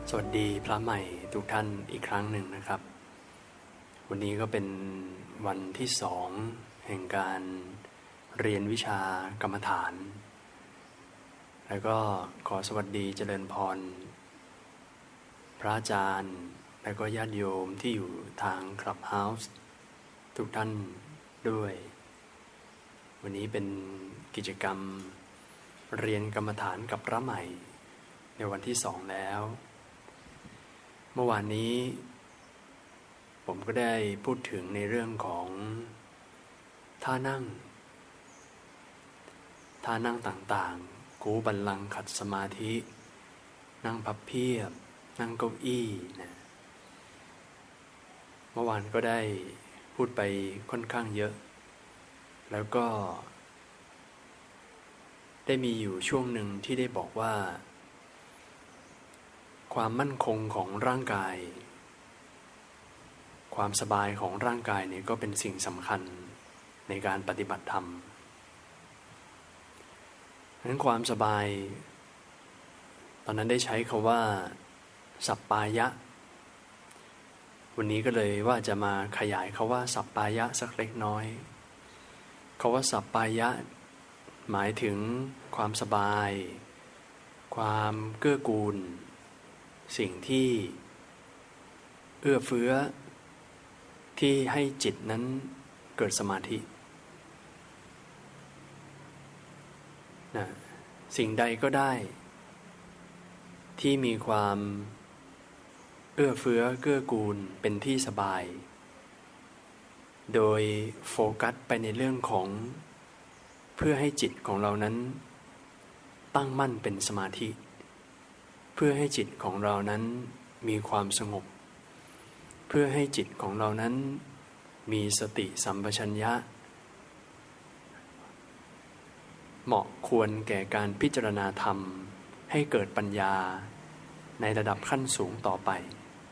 สวัสดีพระใหม่ทุกท่านอีกครั้งหนึ่งนะครับ วันนี้ก็เป็นวันที่2แห่งการเรียนวิชากรรมฐาน แล้วก็ขอสวัสดีเจริญพรพระอาจารย์และก็ญาติโยมที่อยู่ทางคลับเฮาส์ทุกท่านด้วย วันนี้เป็นกิจกรรมเรียนกรรมฐานกับพระใหม่ในวันที่2แล้วเมื่อวานนี้ผมก็ได้พูดถึงในเรื่องของท่านั่งต่างๆคูบัลลังก์ขัดสมาธินั่งพับเพียบนั่งเก้าอี้นะเมื่อวานก็ได้พูดไปค่อนข้างเยอะแล้วก็ได้มีอยู่ช่วงหนึ่งที่ได้บอกว่าความมั่นคงของร่างกายความสบายของร่างกายเนี่ยก็เป็นสิ่งสำคัญในการปฏิบัติธรรมดังนั้นความสบายตอนนั้นได้ใช้คำว่าสัปปายะวันนี้ก็เลยว่าจะมาขยายคำว่าสัปปายะสักเล็กน้อยคำว่าสัปปายะหมายถึงความสบายความเกื้อกูลสิ่งที่เอื้อเฟื้อที่ให้จิตนั้นเกิดสมาธินะสิ่งใดก็ได้ที่มีความเอื้อเฟื้อเกื้อกูลเป็นที่สบายโดยโฟกัสไปในเรื่องของเพื่อให้จิตของเรานั้นตั้งมั่นเป็นสมาธิเพื่อให้จิตของเรานั้นมีความสงบเพื่อให้จิตของเรานั้นมีสติสัมปชัญญะเหมาะควรแก่การพิจารณาธรรมให้เกิดปัญญาในระดับขั้นสูงต่อไป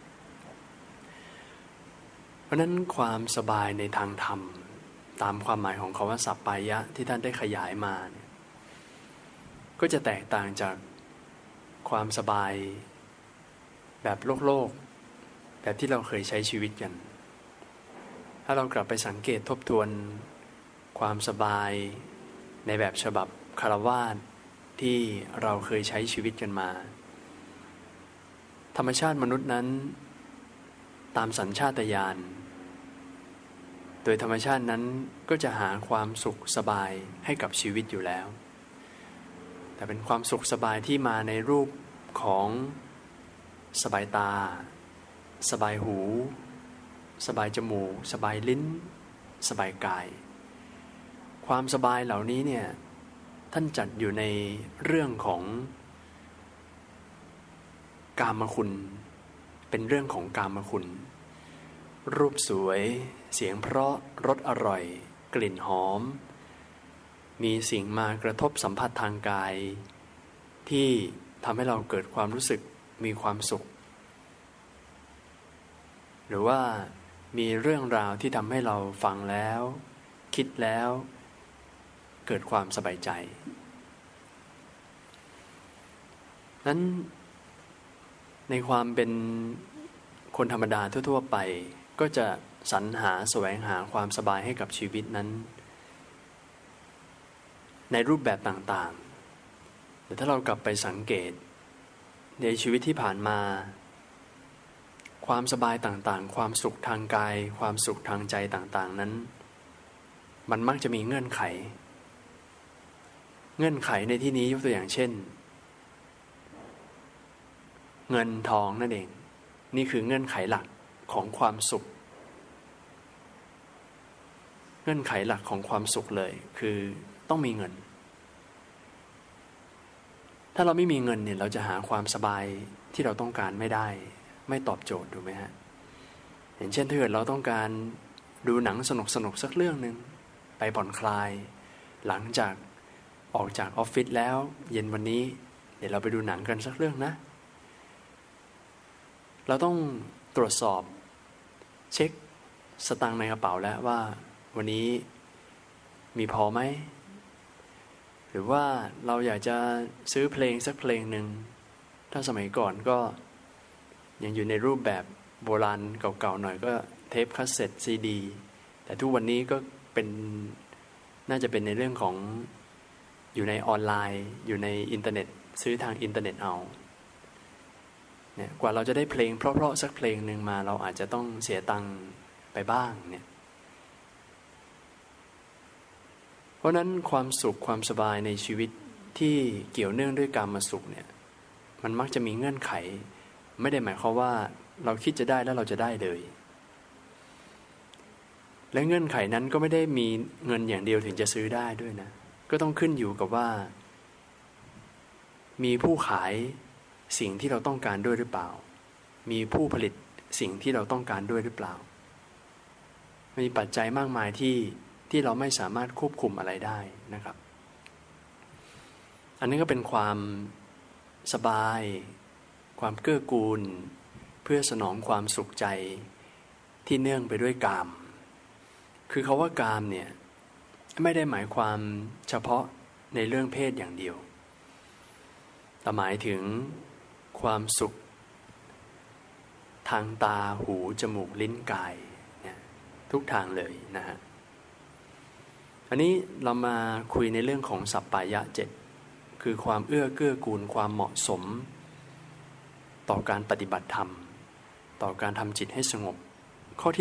เพราะนั้นความสบายในทางธรรมตามความหมายของคำว่าสัปปายะที่ท่านได้ขยายมาเนี่ยก็จะแตกต่างจากความสบายแบบโลกแบบที่เราเคยใช้ชีวิตกันถ้าเรากลับไปสังเกตทบทวนความสบายในแบบฉบับคฤหัสถ์ที่เราเคยใช้ชีวิตกันมาธรรมชาติมนุษย์นั้นตามสัญชาตญาณโดยธรรมชาตินั้นก็จะหาความสุขสบายให้กับชีวิตอยู่แล้วแต่เป็นความสุขสบายที่มาในรูปของสบายตาสบายหูสบายจมูกสบายลิ้นสบายกายความสบายเหล่านี้เนี่ยท่านจัดอยู่ในเรื่องของกามคุณเป็นเรื่องของกามคุณรูปสวยเสียงเพราะรสอร่อยกลิ่นหอมมีสิ่งมากระทบสัมผัสทางกายที่ทำให้เราเกิดความรู้สึกมีความสุขหรือว่ามีเรื่องราวที่ทำให้เราฟังแล้วคิดแล้วเกิดความสบายใจนั้นในความเป็นคนธรรมดาทั่วๆไปก็จะสรรหาแสวงหาความสบายให้กับชีวิตนั้นในรูปแบบต่างๆแต่ถ้าเรากลับไปสังเกตในชีวิตที่ผ่านมาความสบายต่างๆความสุขทางกายความสุขทางใจต่างๆนั้นมันมักจะมีเงื่อนไขในที่นี้ยกตัวอย่างเช่นเงินทองนั่นเองนี่คือเงื่อนไขหลักของความสุขเงื่อนไขหลักของความสุขเลยคือต้องมีเงินถ้าเราไม่มีเงินเนี่ยเราจะหาความสบายที่เราต้องการไม่ได้ไม่ตอบโจทย์ถูกไหมฮะอย่างเช่นถ้าเกิดเราต้องการดูหนังสนุกสักเรื่องนึงไปผ่อนคลายหลังจากออกจากออฟฟิศแล้วเย็นวันนี้เดี๋ยวเราไปดูหนังกันสักเรื่องนะเราต้องตรวจสอบเช็คสตางค์ในกระเป๋าแล้วว่าวันนี้มีพอไหมหรือว่าเราอยากจะซื้อเพลงสักเพลงหนึ่งถ้าสมัยก่อนก็ยังอยู่ในรูปแบบโบราณเก่าๆหน่อยก็เทปคาสเซ็ตซีดีแต่ทุกวันนี้ก็เป็นน่าจะเป็นในเรื่องของอยู่ในออนไลน์อยู่ในอินเทอร์เน็ตซื้อทางอินเทอร์เน็ตเอาเนี่ยกว่าเราจะได้เพลงเพราะๆสักเพลงหนึ่งมาเราอาจจะต้องเสียตังค์ไปบ้างเนี่ยเพราะนั้นความสุขความสบายในชีวิตที่เกี่ยวเนื่องด้วยกามสุขเนี่ยมันมักจะมีเงื่อนไขไม่ได้หมายความว่าเราคิดจะได้แล้วเราจะได้เลยและเงื่อนไขนั้นก็ไม่ได้มีเงินอย่างเดียวถึงจะซื้อได้ด้วยนะก็ต้องขึ้นอยู่กับว่ามีผู้ขายสิ่งที่เราต้องการด้วยหรือเปล่ามีผู้ผลิตสิ่งที่เราต้องการด้วยหรือเปล่ามีปัจจัยมากมายที่เราไม่สามารถควบคุมอะไรได้นะครับอันนี้ก็เป็นความสบายความเกื้อกูลเพื่อสนองความสุขใจที่เนื่องไปด้วยกามคือคำว่ากามเนี่ยไม่ได้หมายความเฉพาะในเรื่องเพศอย่างเดียวแต่หมายถึงความสุขทางตาหูจมูกลิ้นกายเนี่ยทุกทางเลยนะฮะอันนี้เรามาคุยในเรื่องของสัปปายะ7คือความเอื้อเกื้อกูลความเหมาะสมต่อการปฏิบัติธรรมต่อการทำจิตให้สงบข้อที่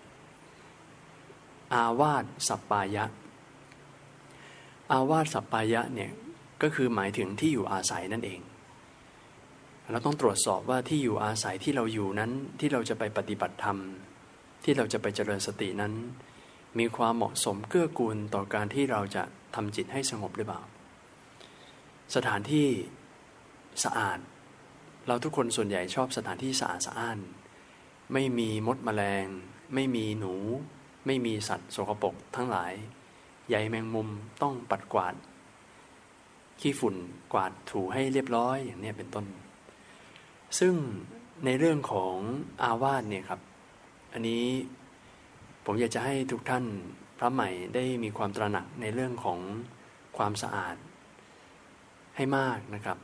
1อาวาสสัปปายะอาวาสสัปปายะเนี่ยก็คือหมายถึงที่อยู่อาศัยนั่นเองเราต้องตรวจสอบว่าที่อยู่อาศัยที่เราอยู่นั้นที่เราจะไปปฏิบัติธรรมที่เราจะไปเจริญสตินั้นมีความเหมาะสมเกื้อกูลต่อการที่เราจะทำจิตให้สงบหรือเปล่าสถานที่สะอาดเราทุกคนส่วนใหญ่ชอบสถานที่สะอาดสะอ้านไม่มีมดแมลงไม่มีหนูไม่มีสัตว์สกปรกทั้งหลายใยแมงมุมต้องปัดกวาดขี้ฝุ่นกวาดถูให้เรียบร้อยอย่างนี้เป็นต้นซึ่งในเรื่องของอาวาสเนี่ยครับอันนี้ผมอยากจะให้ทุกท่านพระใหม่ได้มีความตระหนักในเรื่องของความสะอาดให้มากนะครับ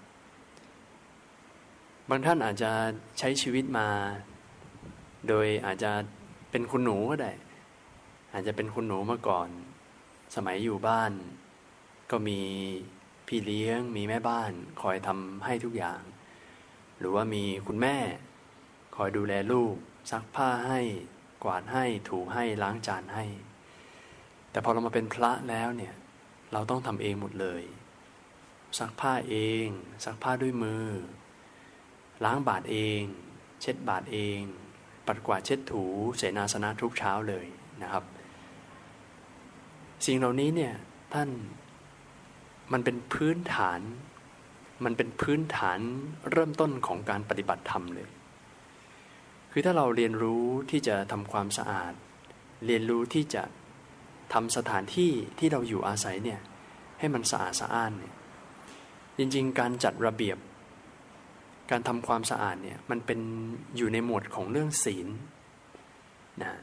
บางท่านอาจจะใช้ชีวิตมาโดยอาจจะเป็นคุณหนูก็ได้อาจจะเป็นคุณหนูเมื่อก่อนสมัยอยู่บ้านก็มีพี่เลี้ยงมีแม่บ้านคอยทำให้ทุกอย่างหรือว่ามีคุณแม่คอยดูแลลูกซักผ้าให้กวาดให้ถูให้ล้างจานให้แต่พอเรามาเป็นพระแล้วเนี่ยเราต้องทำเองหมดเลยซักผ้าเองซักผ้าด้วยมือล้างบาตรเองเช็ดบาตรเองปัดกวาดเช็ดถูเสนาสนะทุกเช้าเลยนะครับสิ่งเหล่านี้เนี่ยท่านมันเป็นพื้นฐานเริ่มต้นของการปฏิบัติธรรมเลยคือถ้าเราเรียนรู้ที่จะทำความสะอาดเรียนรู้ที่จะทำสถานที่ที่เราอยู่อาศัยเนี่ยให้มันสะอาดสะอ้านเนี่ยจริงๆการจัดระเบียบการทำความสะอาดเนี่ยมันเป็นอยู่ในหมวดของเรื่องศีลนะ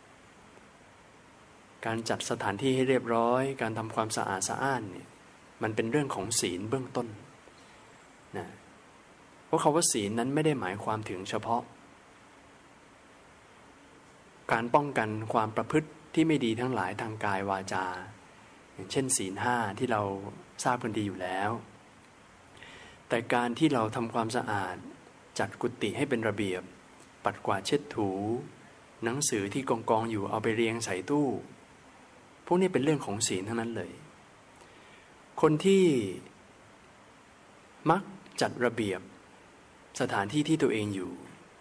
การจัดสถานที่ให้เรียบร้อยการทำความสะอาดสะอ้านเนี่ยมันเป็นเรื่องของศีลเบื้องต้นนะเพราะคำว่าศีลนั้นไม่ได้หมายความถึงเฉพาะการป้องกันความประพฤติที่ไม่ดีทั้งหลายทางกายวาจาอย่างเช่นศีล5ที่เราทราบกันดีอยู่แล้วแต่การที่เราทำความสะอาดจัดกุฏิให้เป็นระเบียบปัดกวาดเช็ดถูหนังสือที่กองอยู่เอาไปเรียงใส่ตู้พวกนี้เป็นเรื่องของศีลทั้งนั้นเลยคนที่มักจัดระเบียบสถานที่ที่ตัวเองอยู่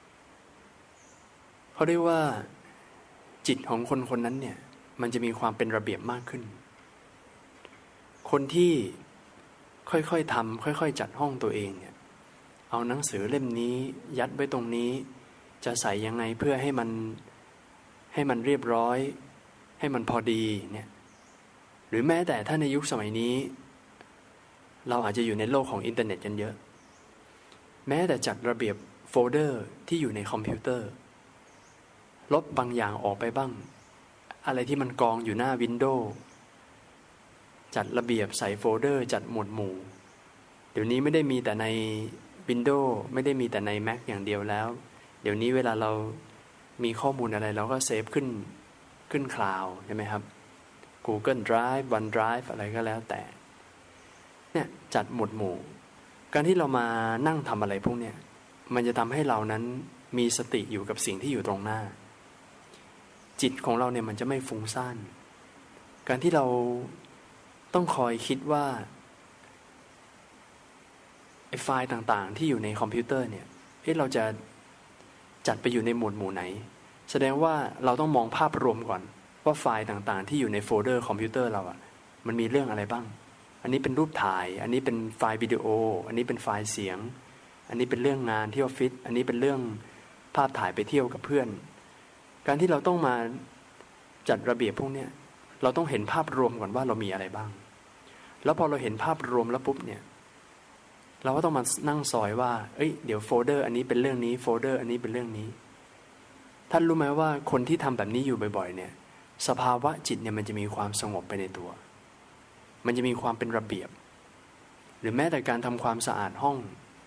เขาเรียกว่าจิตของคนคนนั้นเนี่ยมันจะมีความเป็นระเบียบมากขึ้นคนที่ค่อยๆทำค่อยๆจัดห้องตัวเองเนี่ยเอาหนังสือเล่มนี้ยัดไว้ตรงนี้จะใส่ยังไงเพื่อให้มันเรียบร้อยให้มันพอดีเนี่ยหรือแม้แต่ถ้าในยุคสมัยนี้เราอาจจะอยู่ในโลกของอินเทอร์เน็ตกันเยอะแม้แต่จัดระเบียบโฟลเดอร์ที่อยู่ในคอมพิวเตอร์ลบบางอย่างออกไปบ้างอะไรที่มันกองอยู่หน้าวินโดว์จัดระเบียบใส่โฟลเดอร์จัดหมวดหมู่เดี๋ยวนี้ไม่ได้มีแต่ใน Windows ไม่ได้มีแต่ใน Mac อย่างเดียวแล้วดี๋ยวนี้เวลาเรามีข้อมูลอะไรเราก็เซฟขึ้นคลาวด์ใช่ไหมครับ Google Drive OneDrive อะไรก็แล้วแต่เนี่ยจัดหมวดหมู่การที่เรามานั่งทำอะไรพวกเนี้ยมันจะทำให้เรานั้นมีสติอยู่กับสิ่งที่อยู่ตรงหน้าจิตของเราเนี่ยมันจะไม่ฟุ้งซ่านการที่เราต้องคอยคิดว่าไอ้ไฟล์ต่างๆที่อยู่ในคอมพิวเตอร์เนี่ยเราจะจัดไปอยู่ในหมวดหมู่ไหนแสดงว่าเราต้องมองภาพรวมก่อนว่าไฟล์ต่างๆที่อยู่ในโฟลเดอร์คอมพิวเตอร์เราอะมันมีเรื่องอะไรบ้างอันนี้เป็นรูปถ่ายอันนี้เป็นไฟล์วิดีโออันนี้เป็นไฟล์เสียงอันนี้เป็นเรื่องงานที่ออฟฟิศอันนี้เป็นเรื่องภาพถ่ายไปเที่ยวกับเพื่อนการที่เราต้องมาจัดระเบียบพวกนี้เราต้องเห็นภาพรวมก่อนว่าเรามีอะไรบ้างแล้วพอเราเห็นภาพรวมแล้วปุ๊บเนี่ยเราก็ต้องมานั่งซอยว่าเดี๋ยวโฟลเดอร์อันนี้เป็นเรื่องนี้โฟลเดอร์อันนี้เป็นเรื่องนี้ท่านรู้ไหมว่าคนที่ทำแบบนี้อยู่บ่อยๆเนี่ยสภาวะจิตเนี่ยมันจะมีความสงบไปในตัวมันจะมีความเป็นระเบียบหรือแม้แต่การทำความสะอาดห้อง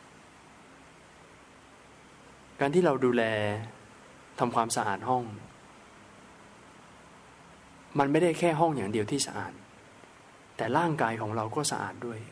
การที่เราดูแลทำความสะอาดห้องมันไม่ได้แค่ห้องอย่างเดียวที่สะอาดแต่ร่างกายของเราก็สะอาดด้วย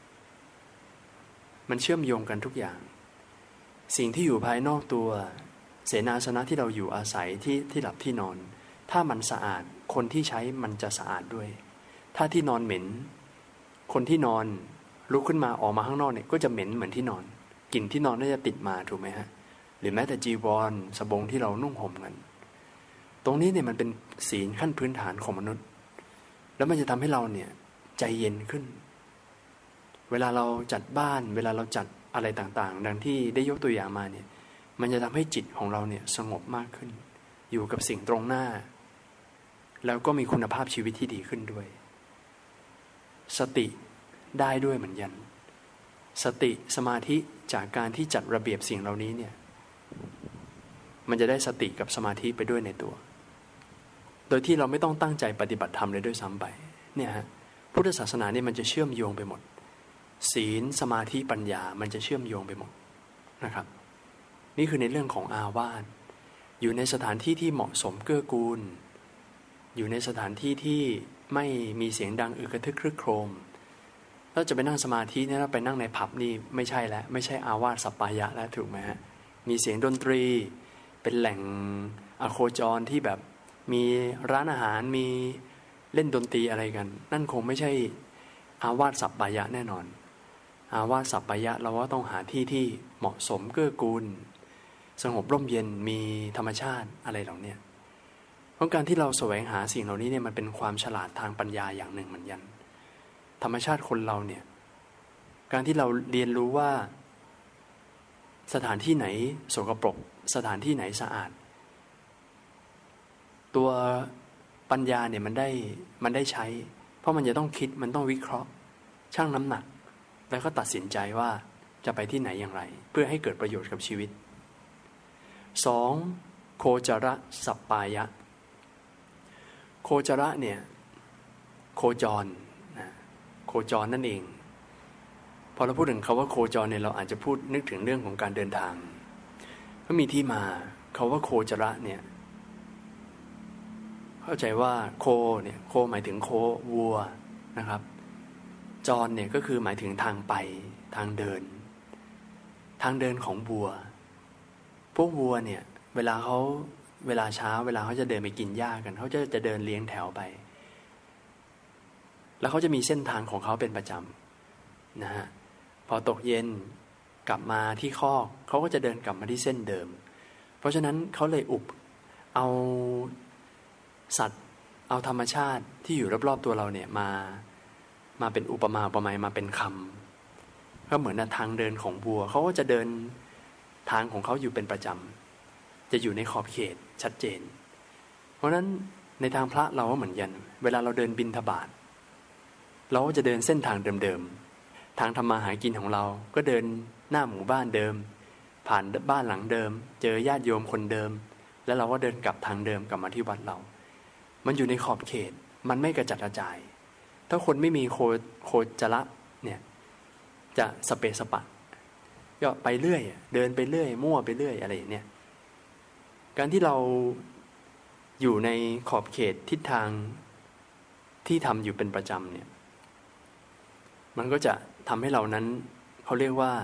มันเชื่อมโยงกันทุกอย่างสิ่งที่อยู่ภายนอกตัวเสนาสนะที่เราอยู่อาศัยที่หลับที่นอนถ้ามันสะอาดคนที่ใช้มันจะสะอาดด้วยถ้าที่นอนเหม็นคนที่นอนลุกขึ้นมาออกมาข้างนอกเนี่ยก็จะเหม็นเหมือนที่นอนกลิ่นที่นอนน่าจะติดมาถูกไหมฮะหรือแม้แต่จีวรสบงที่เรานุ่งห่มกันตรงนี้เนี่ยมันเป็นศีลขั้นพื้นฐานของมนุษย์แล้วมันจะทำให้เราเนี่ยใจเย็นขึ้นเวลาเราจัดบ้านเวลาเราจัดอะไรต่างๆดังที่ได้ยกตัวอย่างมาเนี่ยมันจะทำให้จิตของเราเนี่ยสงบมากขึ้นอยู่กับสิ่งตรงหน้าแล้วก็มีคุณภาพชีวิตที่ดีขึ้นด้วยสติได้ด้วยเหมือนกันสติสมาธิจากการที่จัดระเบียบสิ่งเหล่านี้เนี่ยมันจะได้สติกับสมาธิไปด้วยในตัวโดยที่เราไม่ต้องตั้งใจปฏิบัติธรรมเลยด้วยซ้ำไปเนี่ยฮะพุทธศาสนาเนี่ยมันจะเชื่อมโยงไปหมดศีลสมาธิปัญญามันจะเชื่อมโยงไปหมดนะครับนี่คือในเรื่องของอาวาสอยู่ในสถานที่ที่เหมาะสมเกื้อกูลอยู่ในสถานที่ที่ไม่มีเสียงดังอึกกระทึกครึกโครมถ้าจะไปนั่งสมาธิเนี่ยเราไปนั่งในผับนี่ไม่ใช่แล้วไม่ใช่อาวาสสัปปายะแล้วถูกไหมฮะมีเสียงดนตรีเป็นแหล่งอโคจรที่แบบมีร้านอาหารมีเล่นดนตรีอะไรกันนั่นคงไม่ใช่อาวาสสัปปายะแน่นอนอาวาสสัปปายะเราว่าต้องหาที่ที่เหมาะสมเกื้อกูลสงบร่มเย็นมีธรรมชาติอะไรเหล่านี้เพราะการที่เราแสวงหาสิ่งเหล่านี้เนี่ยมันเป็นความฉลาดทางปัญญาอย่างหนึ่งเหมือนกันธรรมชาติคนเราเนี่ยการที่เราเรียนรู้ว่าสถานที่ไหนสกปรกสถานที่ไหนสะอาดตัวปัญญาเนี่ยมันได้ใช้เพราะมันจะต้องคิดมันต้องวิเคราะห์ชั่งน้ำหนักแล้วก็ตัดสินใจว่าจะไปที่ไหนอย่างไรเพื่อให้เกิดประโยชน์กับชีวิต 2. โคจรสัปปายะโคจระเนี่ยโคจรนะโคจรนั่นเองพอเราพูดถึงคำว่าโคจรเนี่ยเราอาจจะพูดนึกถึงเรื่องของการเดินทางก็มีที่มาคำว่าโคจระเนี่ยเข้าใจว่าโคเนี่ยโคหมายถึงโควัวนะครับจรเนี่ยก็คือหมายถึงทางไปทางเดินของวัวพวกวัวเนี่ยเวลาเช้าเวลาเขาจะเดินไปกินหญ้ากันเขาจะเดินเลี้ยงแถวไปแล้วเขาจะมีเส้นทางของเขาเป็นประจำนะฮะพอตกเย็นกลับมาที่คอกเขาก็จะเดินกลับมาที่เส้นเดิมเพราะฉะนั้นเขาเลยเอาสัตว์เอาธรรมชาติที่อยู่รอบๆตัวเราเนี่ยมาเป็นอุปมาอุปไมยมาเป็นคำก็เหมือนทางเดินของวัวเขาก็จะเดินทางของเขาอยู่เป็นประจำจะอยู่ในขอบเขตชัดเจนเพราะฉะนั้นในทางพระเราก็เหมือนกันเวลาเราเดินบิณฑบาตเราก็จะเดินเส้นทางเดิมๆทางทำมาหากินของเราก็เดินหน้าหมู่บ้านเดิมผ่านบ้านหลังเดิมเจอญาติโยมคนเดิมแล้วเราก็เดินกลับทางเดิมกลับมาที่วัดเรามันอยู่ในขอบเขตมันไม่กระจัดกระจายถ้าคนไม่มีโคจระเนี่ยจะสเปสปะก็ไปเรื่อยเดินไปเรื่อยมั่วไปเรื่อยอะไรอย่างเนี้ยการที่เราอยู่ในขอบเขตทิศทางที่ทำอยู่เป็นประจำเนี่ยมันก็จะทำให้เรานั้นเขาเรียกว่า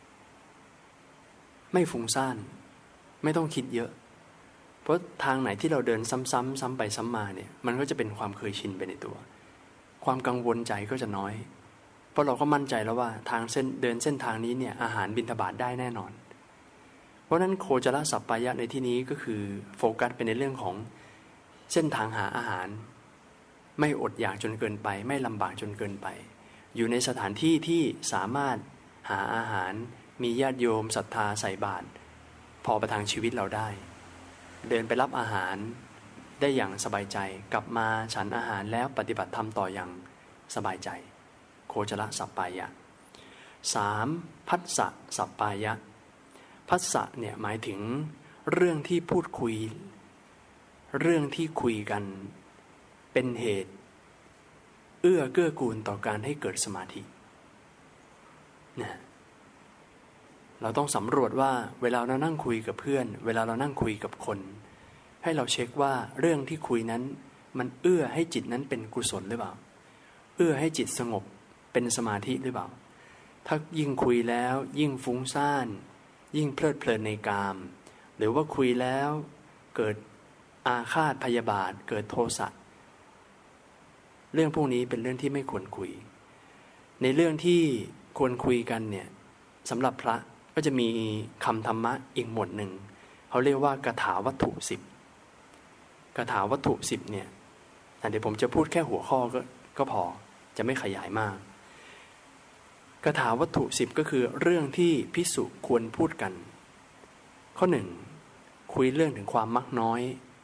ไม่ฟุ้งซ่านไม่ต้องคิดเยอะเพราะทางไหนที่เราเดินซ้ำไปซ้ำมาเนี่ยมันก็จะเป็นความเคยชินไปในตัวความกังวลใจก็จะน้อยเพราะเราก็มั่นใจแล้วว่าทางเดินเส้นทางนี้เนี่ยอาหารบิณฑบาตได้แน่นอนเพราะนั้นโคจรสัปปายะในที่นี้ก็คือโฟกัสไปในเรื่องของเส้นทางหาอาหารไม่อดอยากจนเกินไปไม่ลำบากจนเกินไปอยู่ในสถานที่ที่สามารถหาอาหารมีญาติโยมศรัทธาใส่บาตรพอประทังชีวิตเราได้เดินไปรับอาหารได้อย่างสบายใจกลับมาฉันอาหารแล้วปฏิบัติธรรมต่ออย่างสบายใจโคจรสัปปายะ 3. ภัสสะสัปปายะภัสสะเนี่ยหมายถึงเรื่องที่พูดคุยเรื่องที่คุยกันเป็นเหตุเอื้อเกื้อกูลต่อการให้เกิดสมาธินะเราต้องสำรวจว่าเวลาเรานั่งคุยกับเพื่อนเวลาเรานั่งคุยกับคนให้เราเช็คว่าเรื่องที่คุยนั้นมันเอื้อให้จิตนั้นเป็นกุศลหรือเปล่าเอื้อให้จิตสงบเป็นสมาธิหรือเปล่าถ้ายิ่งคุยแล้วยิ่งฟุ้งซ่านยิ่งเพลิดเพลินในกามหรือว่าคุยแล้วเกิดอาฆาตพยาบาทเกิดโทสะเรื่องพวกนี้เป็นเรื่องที่ไม่ควรคุยในเรื่องที่ควรคุยกันเนี่ยสำหรับพระก็จะมีคำธรรมะอีกหมวดหนึ่งเขาเรียกว่ากถาวัตถุ10กถาวัตถุ10เนี่ยเดี๋ยวผมจะพูดแค่หัวข้อก็พอจะไม่ขยายมากกถาวัตถุ10ก็คือเรื่องที่ภิกษุควรพูดกันข้อ1คุยเรื่องถึงความมักน้อย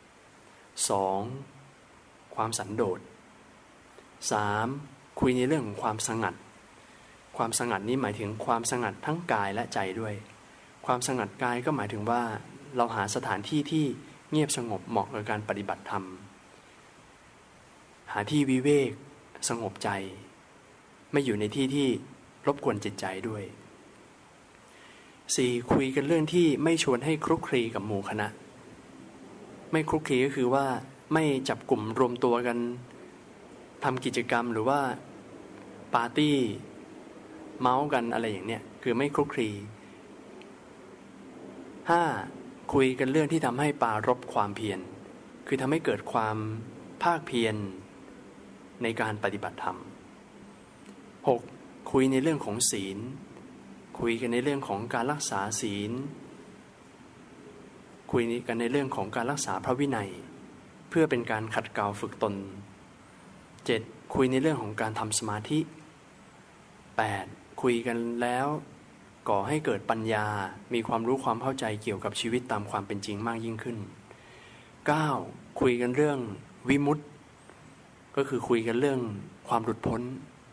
2ความสันโดษ3คุยในเรื่องของความสงัดความสงัดนี้หมายถึงความสงัดทั้งกายและใจด้วยความสงัดกายก็หมายถึงว่าเราหาสถานที่ที่เงียบสงบเหมาะกับการปฏิบัติธรรมหาที่วิเวกสงบใจไม่อยู่ในที่ที่รบกวนจิตใจด้วย4คุยกันเรื่องที่ไม่ชวนให้คลุกคลีกับหมู่คณะไม่คลุกคลีก็คือว่าไม่จับกลุ่มรวมตัวกันทำกิจกรรมหรือว่าปาร์ตี้เมาส์กันอะไรอย่างเนี้ยคือไม่คลุกคลี5คุยกันเรื่องที่ทำให้ปรารภความเพียรคือทำให้เกิดความภาคเพียรในการปฏิบัติธรรม6คุยในเรื่องของศีลคุยกันในเรื่องของการรักษาศีลคุยกันในเรื่องของการรักษาพระวินัยเพื่อเป็นการขัดเกลาฝึกตน7คุยในเรื่องของการทำสมาธิ8คุยกันแล้วก่อให้เกิดปัญญามีความรู้ความเข้าใจเกี่ยวกับชีวิตตามความเป็นจริงมากยิ่งขึ้น9คุยกันเรื่องวิมุตติก็คือคุยกันเรื่องความหลุดพ้น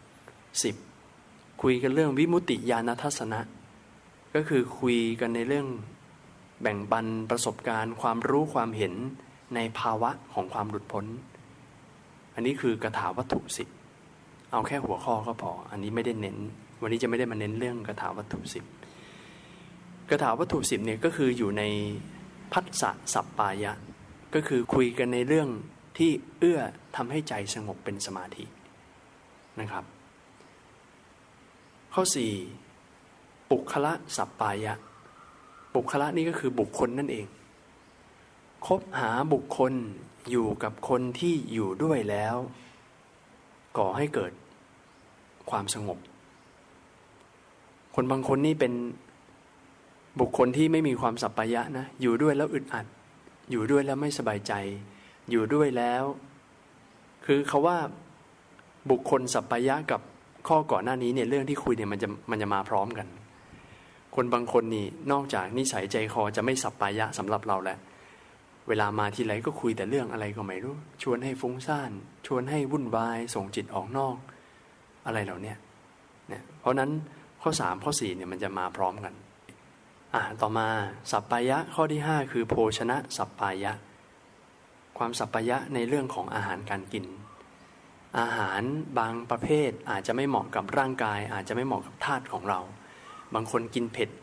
10คุยกันเรื่องวิมุตติญาณทัศนะก็คือคุยกันในเรื่องแบ่งปันประสบการณ์ความรู้ความเห็นในภาวะของความหลุดพ้นอันนี้คือกถาวัตถุ10เอาแค่หัวข้อก็พออันนี้ไม่ได้เน้นวันนี้จะไม่ได้มาเน้นเรื่องกถาวัตถุ10กถาวัตถุ10เนี่ยก็คืออยู่ในภัสสะสัปปายะก็คือคุยกันในเรื่องที่เอื้อทำให้ใจสงบเป็นสมาธินะครับข้อ4ปุคละสัปปายะปุคละนี่ก็คือบุคคลนั่นเองคบหาบุคคลอยู่กับคนที่อยู่ด้วยแล้วก่อให้เกิดความสงบคนบางคนนี่เป็นบุคคลที่ไม่มีความสัปปายะนะอยู่ด้วยแล้วอึดอัดอยู่ด้วยแล้วไม่สบายใจอยู่ด้วยแล้วคือเขาว่าบุคคลสัปปายะกับข้อก่อนหน้านี้เนี่ยเรื่องที่คุยเนี่ยมันจะมาพร้อมกันคนบางคนนี่นอกจากนิสัยใจคอจะไม่สัปปายะสำหรับเราแล้วเวลามาทีไรก็คุยแต่เรื่องอะไรก็ไม่รู้ชวนให้ฟุ้งซ่านชวนให้วุ่นวายส่งจิตออกนอกอะไรเหล่านี้เนี่ยเพราะนั้นข้อ3ข้อ4เนี่ยมันจะมาพร้อมกันต่อมาสัปปายะข้อที่5คือโภชนะสัปปายะความสัปปายะในเรื่องของอาหารการกินอาหารบางประเภทอาจจะไม่เหมาะกับร่างกายอาจจะไม่เหมาะกับธาตุของเราบางคนกินเผ็ด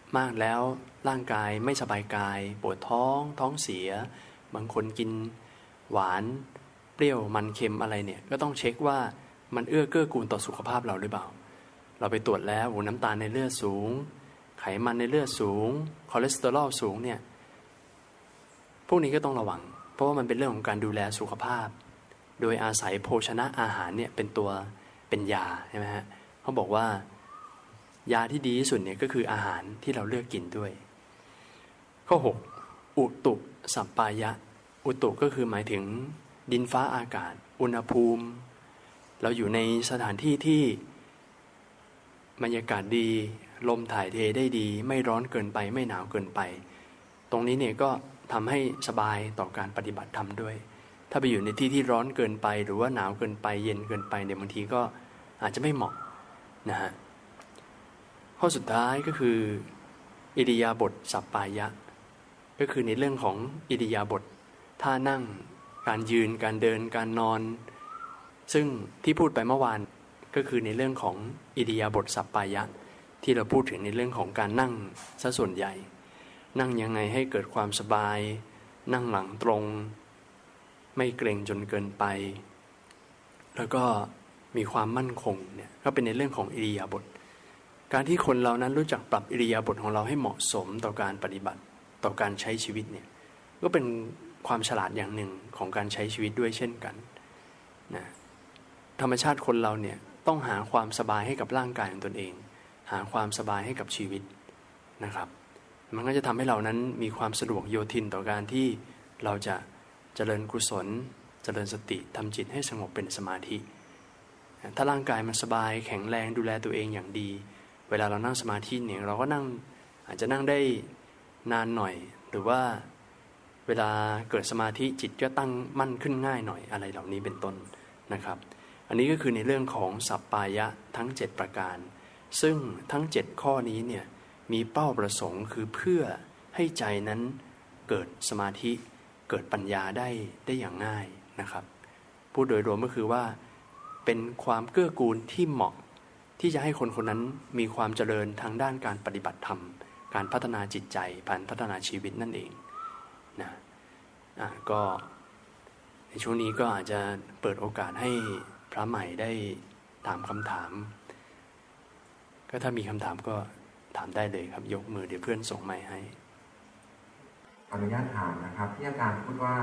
มากแล้วร่างกายไม่สบายกายปวดท้องท้องเสียบางคนกินหวานเปรี้ยวมันเค็มอะไรเนี่ยก็ต้องเช็คว่ามันเกื้อกูลต่อสุขภาพเราหรือเปล่าเราไปตรวจแล้วน้ำตาลในเลือดสูงไขมันในเลือดสูงคอเลสเตอรอลสูงเนี่ยพวกนี้ก็ต้องระวังเพราะว่ามันเป็นเรื่องของการดูแลสุขภาพโดยอาศัยโภชนะอาหารเนี่ยเป็นตัวเป็นยาใช่ไหมฮะเขาบอกว่ายาที่ดีที่สุดเนี่ยก็คืออาหารที่เราเลือกกินด้วยข้อ6อุตุสัปปายะอุตุก็คือหมายถึงดินฟ้าอากาศอุณหภูมิเราอยู่ในสถานที่ที่บรรยากาศดีลมถ่ายเทได้ดีไม่ร้อนเกินไปไม่หนาวเกินไปตรงนี้เนี่ยก็ทำให้สบายต่อการปฏิบัติธรรมด้วยถ้าไปอยู่ในที่ที่ร้อนเกินไปหรือว่าหนาวเกินไปเย็นเกินไปเนี่ยบางทีก็อาจจะไม่เหมาะนะฮะข้อสุดท้ายก็คืออิริยาบถสัปปายะก็คือในเรื่องของอิริยาบถท่านั่งการยืนการเดินการนอนซึ่งที่พูดไปเมื่อวานก็คือในเรื่องของอิริยาบถสัปปายะที่เราพูดถึงในเรื่องของการนั่งซะส่วนใหญ่นั่งยังไงให้เกิดความสบายนั่งหลังตรงไม่เกร็งจนเกินไปแล้วก็มีความมั่นคงเนี่ยก็เป็นในเรื่องของอิริยาบถการที่คนเรานั้นรู้จักปรับอิริยาบถของเราให้เหมาะสมต่อการปฏิบัติต่อการใช้ชีวิตเนี่ยก็เป็นความฉลาดอย่างหนึ่งของการใช้ชีวิตด้วยเช่นกันนะธรรมชาติคนเราเนี่ยต้องหาความสบายให้กับร่างกายของตนเองหาความสบายให้กับชีวิตนะครับมันก็จะทำให้เรานั้นมีความสะดวกโยทินต่อการที่เราจะเจริญกุศลเจริญสติทำจิตให้สงบเป็นสมาธิถ้าร่างกายมันสบายแข็งแรงดูแลตัวเองอย่างดีเวลาเรานั่งสมาธิเนี่ยเราก็นั่งอาจจะนั่งได้นานหน่อยหรือว่าเวลาเกิดสมาธิจิตก็ตั้งมั่นขึ้นง่ายหน่อยอะไรเหล่านี้เป็นต้นนะครับอันนี้ก็คือในเรื่องของสัปปายะทั้ง7ประการซึ่งทั้ง7ข้อนี้เนี่ยมีเป้าประสงค์คือเพื่อให้ใจนั้นเกิดสมาธิเกิดปัญญาได้อย่างง่ายนะครับพูดโดยรวมก็คือว่าเป็นความเกื้อกูลที่เหมาะที่จะให้คนคนนั้นมีความเจริญทางด้านการปฏิบัติธรรมการพัฒนาจิตใจผ่านพัฒนาชีวิตนั่นเองนะก็ในช่วงนี้ก็อาจจะเปิดโอกาสให้พระใหม่ได้ถามคำถามก็ถ้ามีคำถามก็ถามได้เลยครับยกมือเดี๋ยวเพื่อนส่งไมค์ให้ขออนุญาตถามนะครับที่อาจารย์พูดว่า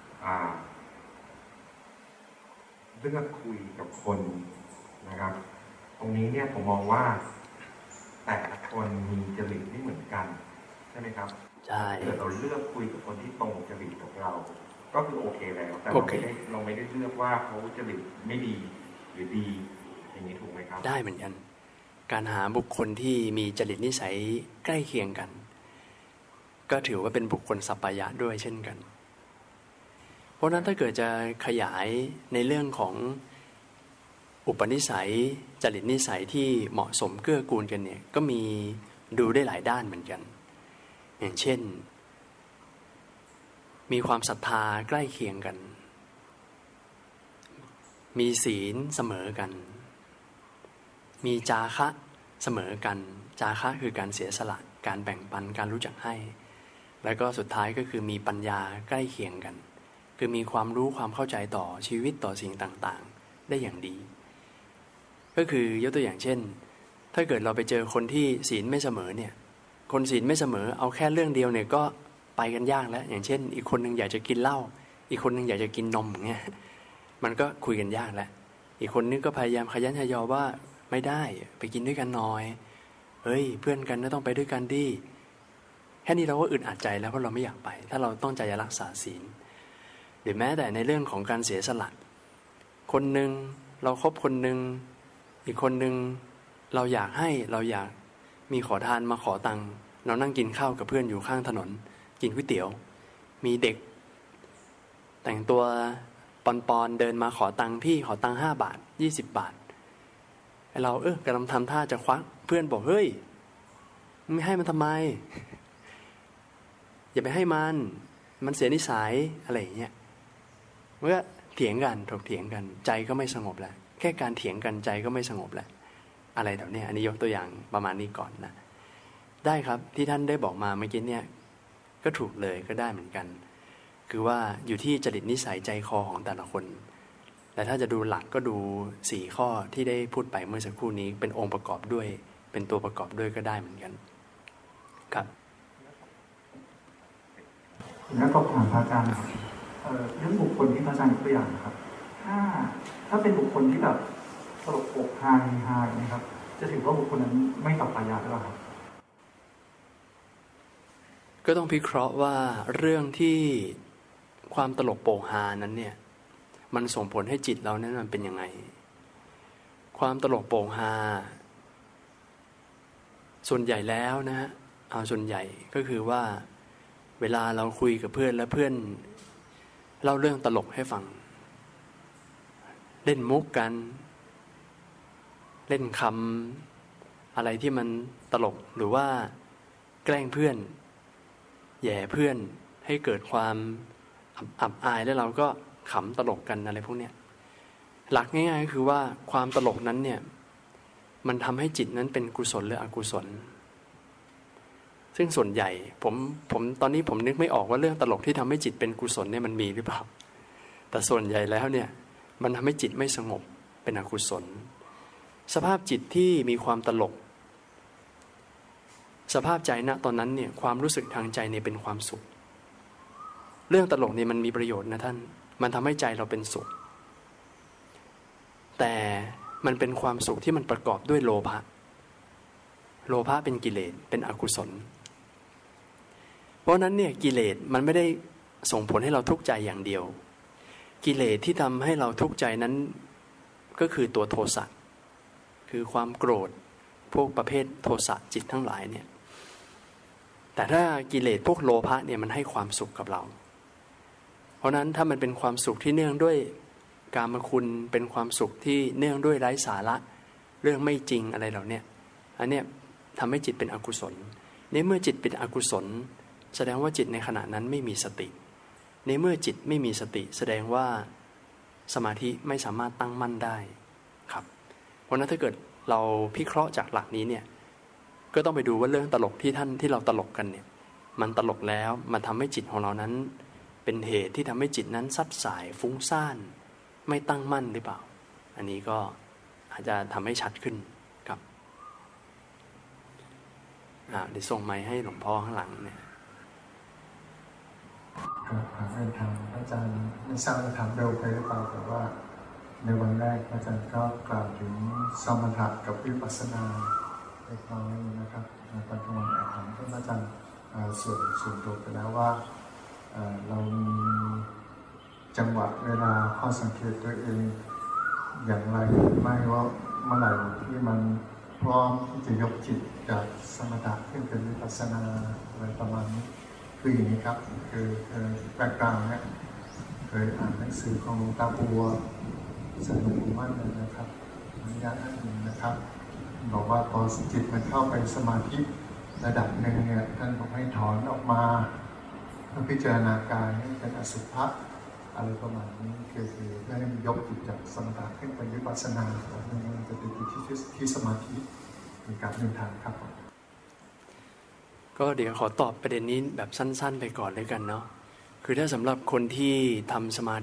เลือกคุยกับคนนะครับตรงนี้เนี่ยผมมองว่าแต่ละคนมีจริตไม่เหมือนกันใช่ไหมครับใช่เราเลือกคุยกับคนที่ตรงจริตกับเราก็คือโอเคแล้วแต่เราไม่ได้เลือกว่าเขาจริตไม่ดีหรือดีอย่างนี้ถูกไหมครับได้เหมือนกันการหาบุคคลที่มีจริตนิสัยใกล้เคียงกันก็ถือว่าเป็นบุคคลสัปปายะด้วยเช่นกันเพราะนั้นถ้าเกิดจะขยายในเรื่องของอุปนิสัยจริตนิสัยที่เหมาะสมเกื้อกูลกันเนี่ยก็มีดูได้หลายด้านเหมือนกันอย่างเช่นมีความศรัทธาใกล้เคียงกันมีศีลเสมอกันมีจาคะเสมอกันจาคะคือการเสียสละการแบ่งปันการรู้จักให้แล้วก็สุดท้ายก็คือมีปัญญาใกล้เคียงกันคือมีความรู้ความเข้าใจต่อชีวิตต่อสิ่งต่างๆได้อย่างดีก็คือยกตัวอย่างเช่นถ้าเกิดเราไปเจอคนที่ศีลไม่เสมอเนี่ยคนศีลไม่เสมอเอาแค่เรื่องเดียวเนี่ยก็ไปกันยากแล้วอย่างเช่นอีกคนนึงอยากจะกินเหล้าอีกคนนึงอยากจะกินนมอย่างเงี้ยมันก็คุยกันยากแล้วอีกคนนึงก็พยายามขยันขยอว่าไม่ได้ไปกินด้วยกันหน่อยเฮ้ยเพื่อนกันก็ต้องไปด้วยกันดิแค่นี้เราก็อึดอัดใจแล้วเพราะเราไม่อยากไปถ้าเราต้องใจจะรักษาศีลหรือแม้แต่ในเรื่องของการเสียสละคนหนึ่งเราคบคนหนึ่งอีกคนหนึ่งเราอยากให้เราอยากมีขอทานมาขอตังค์เรานั่งกินข้าวกับเพื่อนอยู่ข้างถนนกินก๋วยเตี๋ยวมีเด็กแต่งตัวปอนๆเดินมาขอตังค์พี่ขอตังค์5 บาท20 บาทเรากำลังทำท่าจะควักเพื่อนบอกเฮ้ยไม่ให้มันทำไมอย่าไปให้มันเสียนิสัยอะไรอย่างเงี้ยเมื่อเถียงกันถกเถียงกันใจก็ไม่สงบแล้วแค่การเถียงกันใจก็ไม่สงบแล้วอะไรแบบนี้อันนี้ยกตัวอย่างประมาณนี้ก่อนนะได้ครับที่ท่านได้บอกมาเมื่อกี้เนี่ยก็ถูกเลยก็ได้เหมือนกันคือว่าอยู่ที่จริตนิสัยใจคอของแต่ละคนแต่ถ้าจะดูหลักก็ดู4ข้อที่ได้พูดไปเมื่อสักครู่นี้เป็นองค์ประกอบด้วยเป็นตัวประกอบด้วยก็ได้เหมือนกันครับแล้วก็ถามพระอาจารย์เรื่องบุคคลที่พระอาจารย์ยกตัวอย่างนะครับถ้าเป็นบุคคลที่แบบตลกโปกฮานะครับจะถือว่าบุคคลนั้นไม่ต่อปายาหรือเปล่าครับก็ต้องพิเคราะห์ว่าเรื่องที่ความตลกโปกฮานั้นเนี่ยมันส่งผลให้จิตเรานั้นมันเป็นยังไงความตลกโปกฮาส่วนใหญ่แล้วนะเอาส่วนใหญ่ก็คือว่าเวลาเราคุยกับเพื่อนแล้วเพื่อนเล่าเรื่องตลกให้ฟังเล่นมุกกันเล่นคำอะไรที่มันตลกหรือว่าแกล้งเพื่อนแย่เพื่อนให้เกิดความอับอายแล้วเราก็ขำตลกกันอะไรพวกเนี้ยหลักง่ายๆก็คือว่าความตลกนั้นเนี่ยมันทำให้จิตนั้นเป็นกุศลหรืออกุศลซึ่งส่วนใหญ่ผมตอนนี้ผมนึกไม่ออกว่าเรื่องตลกที่ทำให้จิตเป็นกุศลเนี่ยมันมีหรือเปล่าแต่ส่วนใหญ่แล้วเนี่ยมันทำให้จิตไม่สงบเป็นอกุศลสภาพจิตที่มีความตลกสภาพใจณตอนนั้นเนี่ยความรู้สึกทางใจเนี่ยเป็นความสุขเรื่องตลกเนี่ยมันมีประโยชน์นะท่านมันทำให้ใจเราเป็นสุขแต่มันเป็นความสุขที่มันประกอบด้วยโลภะเป็นกิเลสเป็นอกุศลเพราะนั้นเนี่ยกิเลสมันไม่ได้ส่งผลให้เราทุกข์ใจอย่างเดียวกิเลสที่ทำให้เราทุกข์ใจนั้นก็คือตัวโทสะคือความโกรธพวกประเภทโทสะจิตทั้งหลายเนี่ยแต่ถ้ากิเลสพวกโลภะเนี่ยมันให้ความสุขกับเราเพราะนั้นถ้ามันเป็นความสุขที่เนื่องด้วยกามคุณเป็นความสุขที่เนื่องด้วยไร้สาระเรื่องไม่จริงอะไรเหล่านี้อันเนี้ยทำให้จิตเป็นอกุศลในเมื่อจิตเป็นอกุศลแสดงว่าจิตในขณะนั้นไม่มีสติในเมื่อจิตไม่มีสติแสดงว่าสมาธิไม่สามารถตั้งมั่นได้ครับเพราะนั้นถ้าเกิดเราพิเคราะห์จากหลักนี้เนี่ยก็ต้องไปดูว่าเรื่องตลกที่เราตลกกันเนี่ยมันตลกแล้วมันทำให้จิตของเรานั้นเป็นเหตุที่ทำให้จิตนั้นซัดสายฟุ้งซ่านไม่ตั้งมั่นหรือเปล่าอันนี้ก็อาจจะทำให้ชัดขึ้นครับเดี๋ยวส่งไมค์ให้หลวงพ่อข้างหลังเนี่ยครับเรียนถามอาจารย์ไม่ทราบจะถามเร็วไปหรือเปล่าแต่ว่าในวันแรกอาจารย์ก็กล่าวถึงสมถะกับวิปัสสนาเล็กน้อยนะครับตอนกลางวันถามท่านอาจารย์ส่วนตัวไปแล้วว่าเรามีจังหวะเวลาข้อสังเกตตัวเองอย่างไรไม่ว่าเมื่อไหร่ที่มันพร้อมที่จะยกจิตจากสมถะขึ้นเป็นวิปัสสนาอะไรประมาณนี้คืออย่างนี้ครับคือแบกกราวด์เนี่ยเคยอ่านหนังสือของหลวงตาบัวสนุกมากเลยนะครับอนุญาตอ่านหนึ่งนะครับบอกว่าพอจิตมันเข้าไปสมาธิระดับหนึ่งเนี่ยท่านบอกให้ถอนออกมาพิจารณากายให้เป็นอสุภะอะไรประมาณนี้คือเพื่อให้มันยกจิตจากสมถะขึ้นไปวิปัสสนาแล้วมันจะติดที่สมาธิในการเดินทางครับก็เดี๋ยวขอตอบประเด็นนี้แบบสั้นๆไปก่อนเลยกันเนาะคือถ้าสำหรับคนที่ทำสมา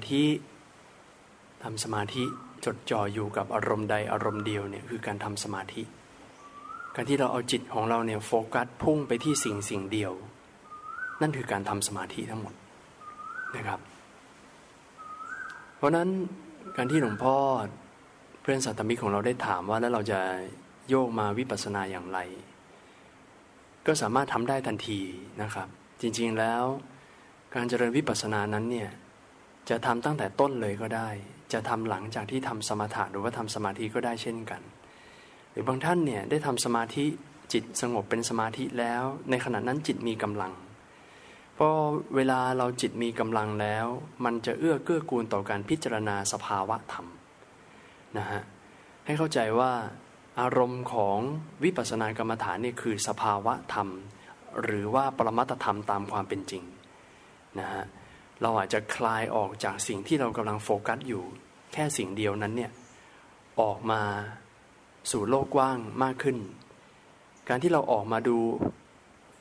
ธิจดจ่ออยู่กับอารมณ์ใดอารมณ์เดียวเนี่ยคือการทำสมาธิการที่เราเอาจิตของเราเนี่ยโฟกัสพุ่งไปที่สิ่งเดียวนั่นคือการทำสมาธิทั้งหมดนะครับเพราะนั้นการที่หลวงพ่อเพื่อนสัตมิกของเราได้ถามว่าแล้วเราจะโยกมาวิปัสสนาอย่างไรก็สามารถทำได้ทันทีนะครับจริงๆแล้วการเจริญวิปัสสนานั้นเนี่ยจะทำตั้งแต่ต้นเลยก็ได้จะทำหลังจากที่ทำสมถะหรือว่าทำสมาธิก็ได้เช่นกันหรือบางท่านเนี่ยได้ทำสมาธิจิตสงบเป็นสมาธิแล้วในขณะนั้นจิตมีกำลังพอเวลาเราจิตมีกำลังแล้วมันจะเกื้อกูลต่อการพิจารณาสภาวะธรรมนะฮะให้เข้าใจว่าอารมณ์ของวิปัสสนากรรมฐานนี่คือสภาวะธรรมหรือว่าปรมัตถธรรมตามความเป็นจริงนะฮะเราอาจจะคลายออกจากสิ่งที่เรากำลังโฟกัสอยู่แค่สิ่งเดียวนั้นเนี่ยออกมาสู่โลกกว้างมากขึ้นการที่เราออกมาดู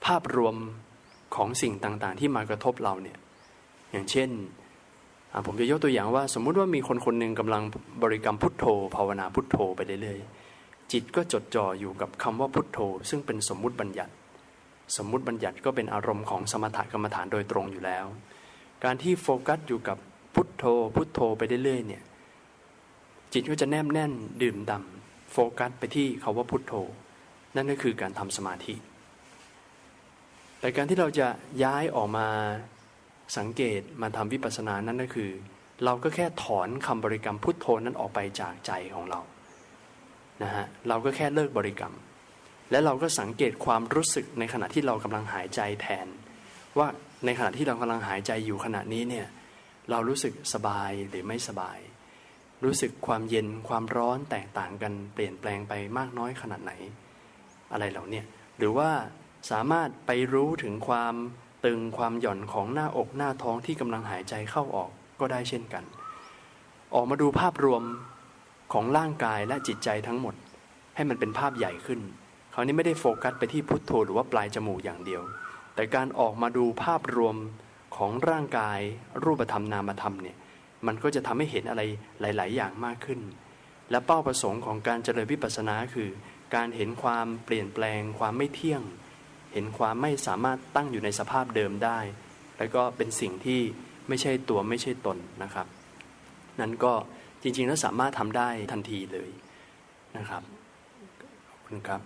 ภาพรวมของสิ่งต่างๆที่มากระทบเราเนี่ยอย่างเช่นผมจะยกตัวอย่างว่าสมมุติว่ามีคนคนหนึ่งกำลังบริกรรมพุทโธภาวนาพุทโธไปเรื่อยๆจิตก็จดจ่ออยู่กับคำว่าพุทโธซึ่งเป็นสมมุติบัญญัติสมมุติบัญญัติก็เป็นอารมณ์ของสมถกรรมฐานโดยตรงอยู่แล้วการที่โฟกัสอยู่กับพุทโธพุทโธไปเรื่อยๆเนี่ยจิตก็จะแนบแน่นดื่มด่ำโฟกัสไปที่คำว่าพุทโธนั่นก็คือการทำสมาธิแต่การที่เราจะย้ายออกมาสังเกตมาทำวิปัสสนานั่นก็คือเราก็แค่ถอนคำบริกรรมพุทโธนั้นออกไปจากใจของเรานะฮะเราก็แค่เลิกบริกรรมและเราก็สังเกตความรู้สึกในขณะที่เรากำลังหายใจแทนว่าในขณะที่เรากำลังหายใจอยู่ขณะนี้เนี่ยเรารู้สึกสบายหรือไม่สบายรู้สึกความเย็นความร้อนแตกต่างกันเปลี่ยนแปลงไปมากน้อยขนาดไหนอะไรเหล่านี้หรือว่าสามารถไปรู้ถึงความตึงความหย่อนของหน้าอกหน้าท้องที่กำลังหายใจเข้าออกก็ได้เช่นกันออกมาดูภาพรวมของร่างกายและจิตใจทั้งหมดให้มันเป็นภาพใหญ่ขึ้นคราวนี้ไม่ได้โฟกัสไปที่พุทโธหรือว่าปลายจมูกอย่างเดียวแต่การออกมาดูภาพรวมของร่างกายรูปธรรมนามธรรมเนี่ยมันก็จะทำให้เห็นอะไรหลายๆอย่างมากขึ้นและเป้าประสงค์ของการเจริญวิปัสสนาคือการเห็นความเปลี่ยนแปลงความไม่เที่ยงเห็นความไม่สามารถตั้งอยู่ในสภาพเดิมได้แล้วก็เป็นสิ่งที่ไม่ใช่ตัวไม่ใช่ตนนะครับนั้นก็จริงๆแล้วสามารถทำได้ทันทีเลยนะครับขอบคุณครับ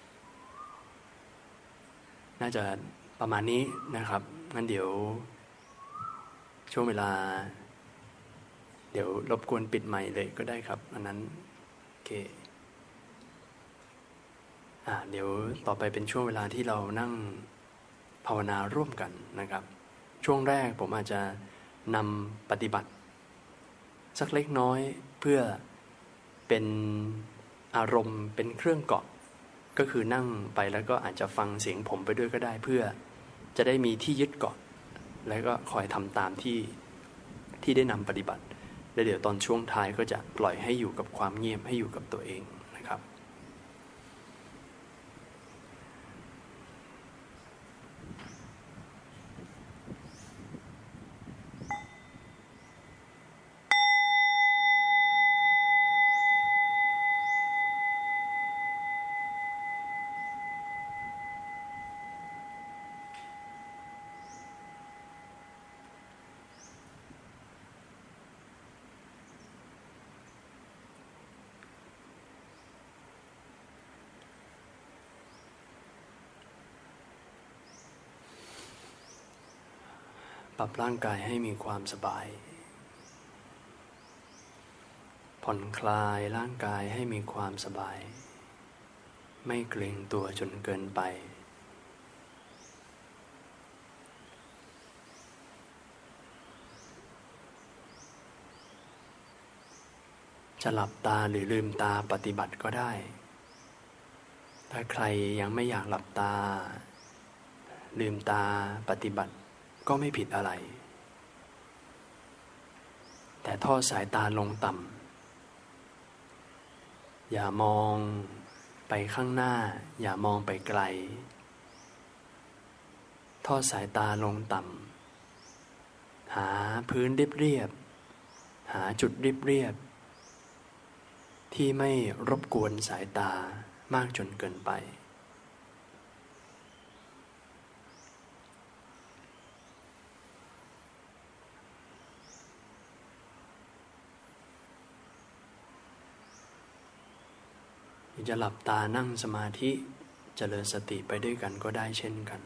น่าจะประมาณนี้นะครับงั้นเดี๋ยวช่วงเวลาเดี๋ยวรบกวนปิดไมค์เลยก็ได้ครับอันนั้นโอเคเดี๋ยวต่อไปเป็นช่วงเวลาที่เรานั่งภาวนาร่วมกันนะครับช่วงแรกผมอาจจะนำปฏิบัติสักเล็กน้อยเพื่อเป็นอารมณ์เป็นเครื่องเกาะก็คือนั่งไปแล้วก็อาจจะฟังเสียงผมไปด้วยก็ได้เพื่อจะได้มีที่ยึดเกาะแล้วก็คอยทำตามที่ได้นำปฏิบัติแล้วเดี๋ยวตอนช่วงท้ายก็จะปล่อยให้อยู่กับความเงียบให้อยู่กับตัวเองนะครับ ปรับร่างกายให้มีความสบายผ่อนคลายร่างกายให้มีความสบายไม่เกร็งตัวจนเกินไปจะหลับตาหรือลืมตาปฏิบัติก็ได้ถ้าใครยังไม่อยากหลับตาลืมตาปฏิบัติก็ไม่ผิดอะไรแต่ทอดสายตาลงต่ำอย่ามองไปข้างหน้าอย่ามองไปไกลทอดสายตาลงต่ำหาพื้นเรียบๆหาจุดเรียบๆที่ไม่รบกวนสายตามากจนเกินไปจะหลับตานั่งสมาธิเจริญสติไปด้วยกันก็ได้เช่นกัน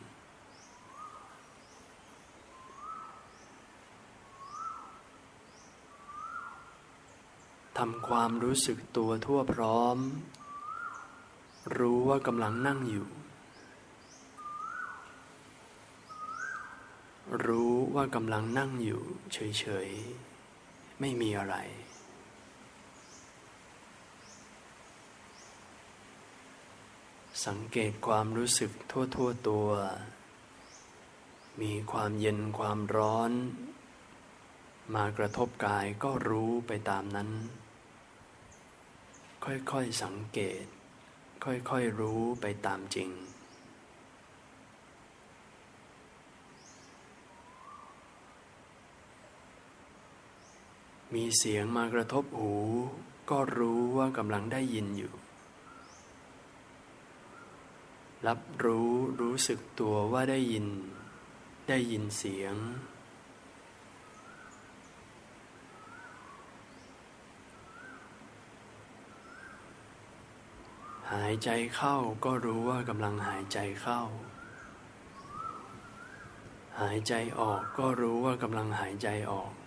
ทำความรู้สึกตัวทั่วพร้อมรู้ว่ากำลังนั่งอยู่รู้ว่ากำลังนั่งอยู่เฉยๆไม่มีอะไรสังเกตความรู้สึกทั่วตัวมีความเย็นความร้อนมากระทบกายก็รู้ไปตามนั้นค่อยๆสังเกตค่อยๆรู้ไปตามจริงมีเสียงมากระทบหูก็รู้ว่ากำลังได้ยินอยู่รับรู้รู้สึกตัวว่าได้ยินเสียงหายใจเข้าก็รู้ว่ากำลังหายใจเข้าหายใจออกก็รู้ว่ากำลังหายใจออก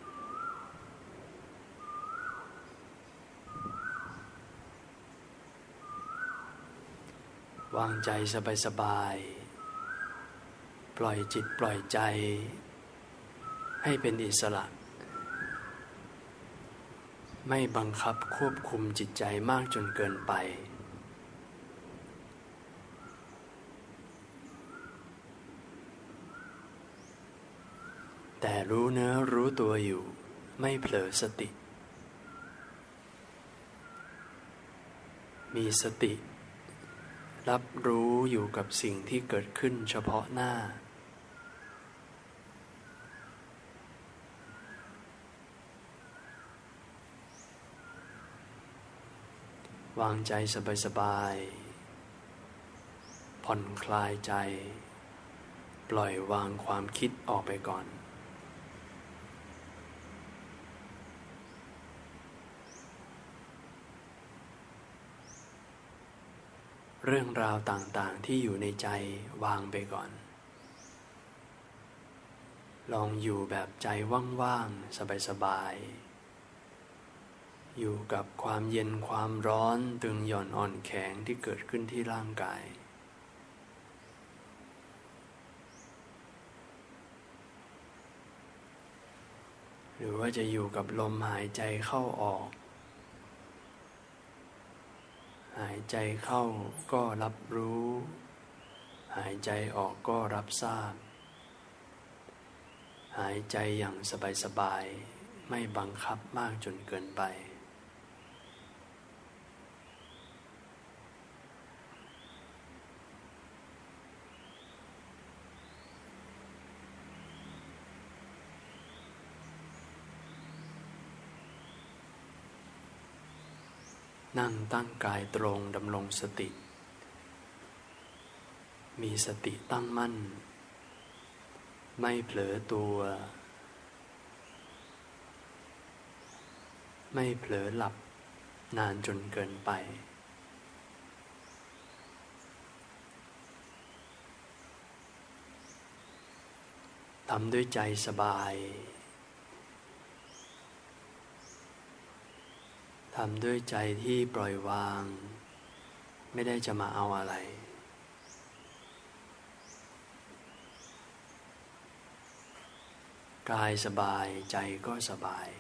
วางใจสบายๆปล่อยจิตปล่อยใจให้เป็นอิสระไม่บังคับควบคุมจิตใจมากจนเกินไปแต่รู้เนื้อรู้ตัวอยู่ไม่เผลอสติมีสติรับรู้อยู่กับสิ่งที่เกิดขึ้นเฉพาะหน้าวางใจสบายๆผ่อนคลายใจปล่อยวางความคิดออกไปก่อนเรื่องราวต่างๆที่อยู่ในใจวางไปก่อนลองอยู่แบบใจว่างๆสบายๆอยู่กับความเย็นความร้อนตึงหย่อนอ่อนแข็งที่เกิดขึ้นที่ร่างกายหรือว่าจะอยู่กับลมหายใจเข้าออกหายใจเข้าก็รับรู้หายใจออกก็รับทราบหายใจอย่างสบายๆไม่บังคับมากจนเกินไปนั่งตั้งกายตรงดำรงสติมีสติตั้งมั่นไม่เผลอตัวไม่เผลอหลับนานจนเกินไปทำด้วยใจสบายทำด้วยใจที่ปล่อยวางไม่ได้จะมาเอาอะไรกายสบายใจก็สบาย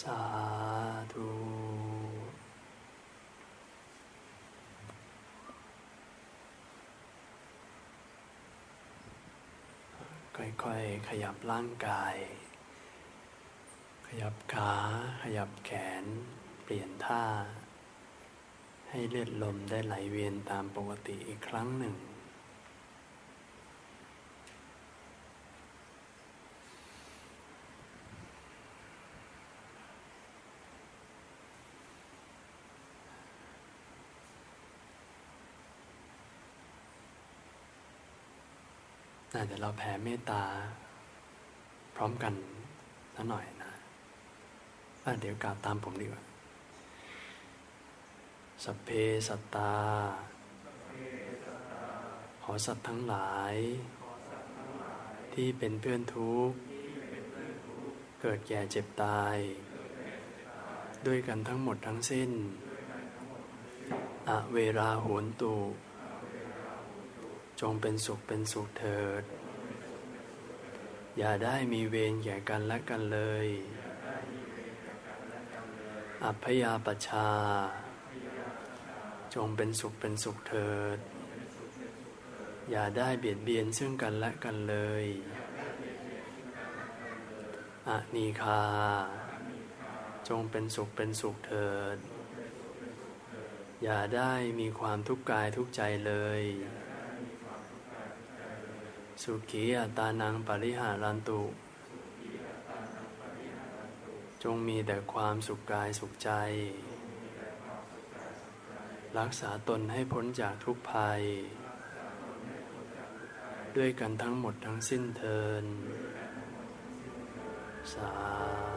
สาธุค่อยๆขยับร่างกายขยับขาขยับแขนเปลี่ยนท่าให้เลือดลมได้ไหลเวียนตามปกติอีกครั้งหนึ่งเดี๋ยวเราแผ่เมตตาพร้อมกันสักหน่อยนะเดี๋ยวกราบตามผมดีกว่าสัพเพสัตตาขอสัตว์ทั้งหลายที่เป็นเพื่อนทุกข์เกิดแก่เจ็บตายด้วยกันทั้งหมดทั้งสิ้นอเวราโหนตุจงเป็นสุขเป็นสุขเถิดอย่าได้มีเวรแก่กันและกันเลยอัพพยาปัชชาจงเป็นสุขเป็นสุขเถิดอย่าได้เบียดเบียนซึ่งกันและกันเลยอนีฆาจงเป็นสุขเป็นสุขเถิดอย่าได้มีความทุกข์กายทุกข์ใจเลยสุขีอัตตานังปริหารันตุจงมีแต่ความสุขกายสุขใจรักษาตนให้พ้นจากทุกภัยด้วยกันทั้งหมดทั้งสิ้นเทินสา